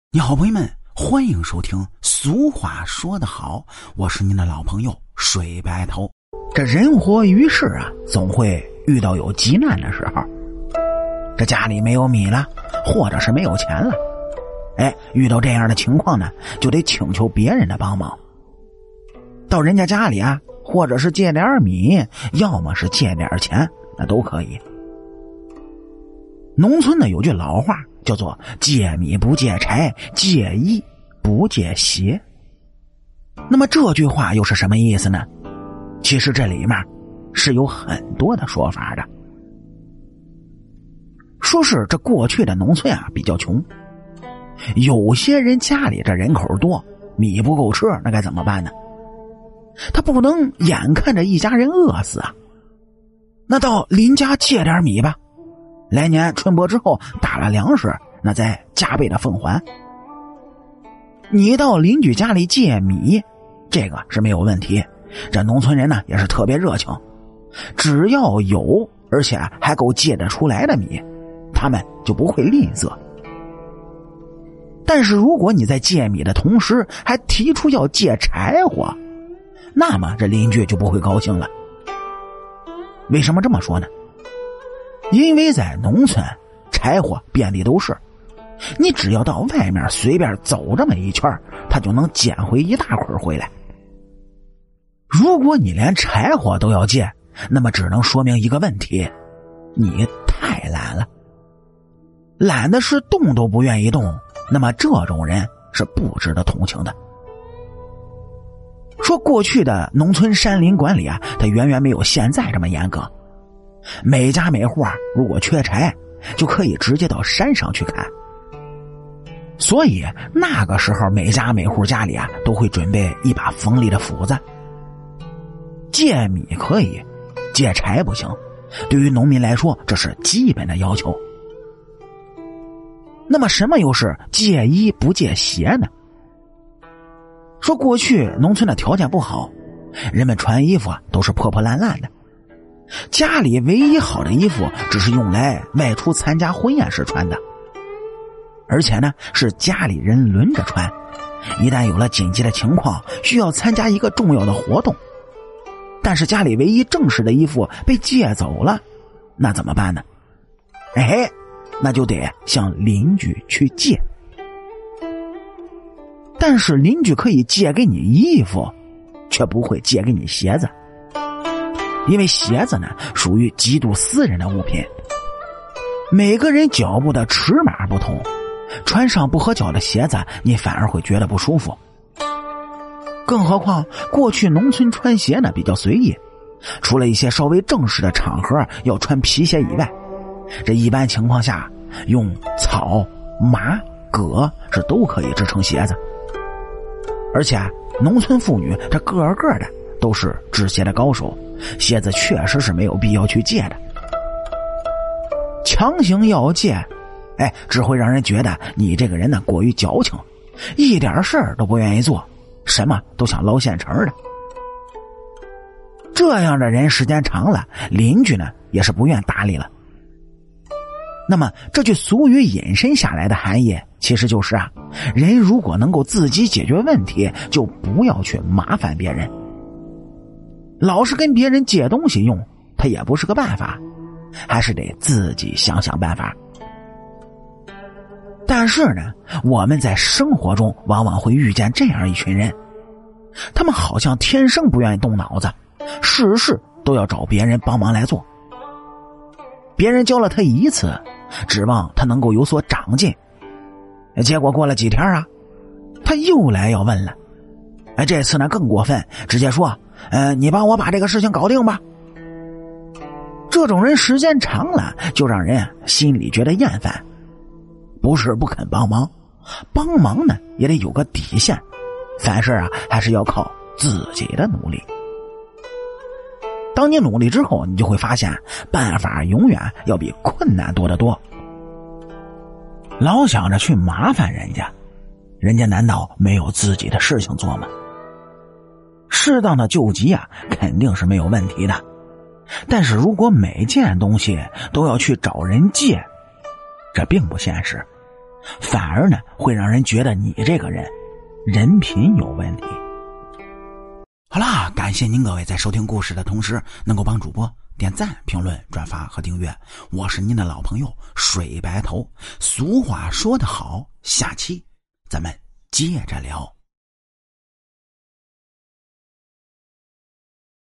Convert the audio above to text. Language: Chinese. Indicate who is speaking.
Speaker 1: 你好朋友们，欢迎收听俗话说得好，我是您的老朋友水白头。这人活于世啊，总会遇到有急难的时候，这家里没有米了，或者是没有钱了，遇到这样的情况呢，就得请求别人的帮忙，到人家家里啊，或者是借点米，要么是借点钱，那都可以。农村呢有句老话叫做借米不借柴，借衣不借鞋。那么这句话又是什么意思呢？其实这里面是有很多的说法的。说是这过去的农村啊比较穷，有些人家里这人口多，米不够吃，那该怎么办呢？他不能眼看着一家人饿死啊，那到邻家借点米吧，来年春播之后打了粮食，那再加倍的奉还。你到邻居家里借米，这个是没有问题，这农村人呢也是特别热情，只要有而且还够借得出来的米，他们就不会吝啬。但是如果你在借米的同时还提出要借柴火，那么这邻居就不会高兴了。为什么这么说呢？因为在农村柴火遍地都是，你只要到外面随便走这么一圈，他就能捡回一大捆回来。如果你连柴火都要借，那么只能说明一个问题，你太懒了。懒的是动都不愿意动，那么这种人是不值得同情的。说过去的农村山林管理啊，它远远没有现在这么严格，每家每户啊，如果缺柴就可以直接到山上去砍。所以那个时候每家每户家里啊都会准备一把锋利的斧子。借米可以，借柴不行，对于农民来说这是基本的要求。那么什么又是借衣不借鞋呢？说过去农村的条件不好，人们穿衣服啊都是破破烂烂的，家里唯一好的衣服只是用来外出参加婚宴时穿的，而且呢是家里人轮着穿，一旦有了紧急的情况需要参加一个重要的活动，但是家里唯一正式的衣服被借走了，那怎么办呢？那就得向邻居去借。但是邻居可以借给你衣服，却不会借给你鞋子，因为鞋子呢属于极度私人的物品，每个人脚步的尺码不同，穿上不合脚的鞋子你反而会觉得不舒服。更何况过去农村穿鞋呢比较随意，除了一些稍微正式的场合要穿皮鞋以外，这一般情况下用草、麻、葛是都可以制成鞋子。而且农村妇女这个个的都是制鞋的高手，鞋子确实是没有必要去借的。强行要借，只会让人觉得你这个人呢过于矫情，一点事儿都不愿意做，什么都想捞现成的。这样的人时间长了，邻居呢也是不愿搭理了。那么这句俗语引申下来的含义其实就是啊，人如果能够自己解决问题，就不要去麻烦别人。老是跟别人借东西用，它也不是个办法，还是得自己想想办法。但是呢，我们在生活中往往会遇见这样一群人，他们好像天生不愿意动脑子，事事都要找别人帮忙来做。别人教了他一次，指望他能够有所长进，结果过了几天啊，他又来要问了。这次呢更过分，直接说你帮我把这个事情搞定吧。这种人时间长了就让人心里觉得厌烦，不是不肯帮忙，帮忙呢也得有个底线，凡事啊还是要靠自己的努力。当你努力之后，你就会发现办法永远要比困难多得多。老想着去麻烦人家，人家难道没有自己的事情做吗？适当的救急啊肯定是没有问题的，但是如果每件东西都要去找人借，这并不现实。 反而呢会让人觉得你这个人人品有问题。好啦，感谢您各位在收听故事的同时能够帮主播点赞、评论、转发和订阅。我是您的老朋友水白头。俗话说得好，下期咱们接着聊。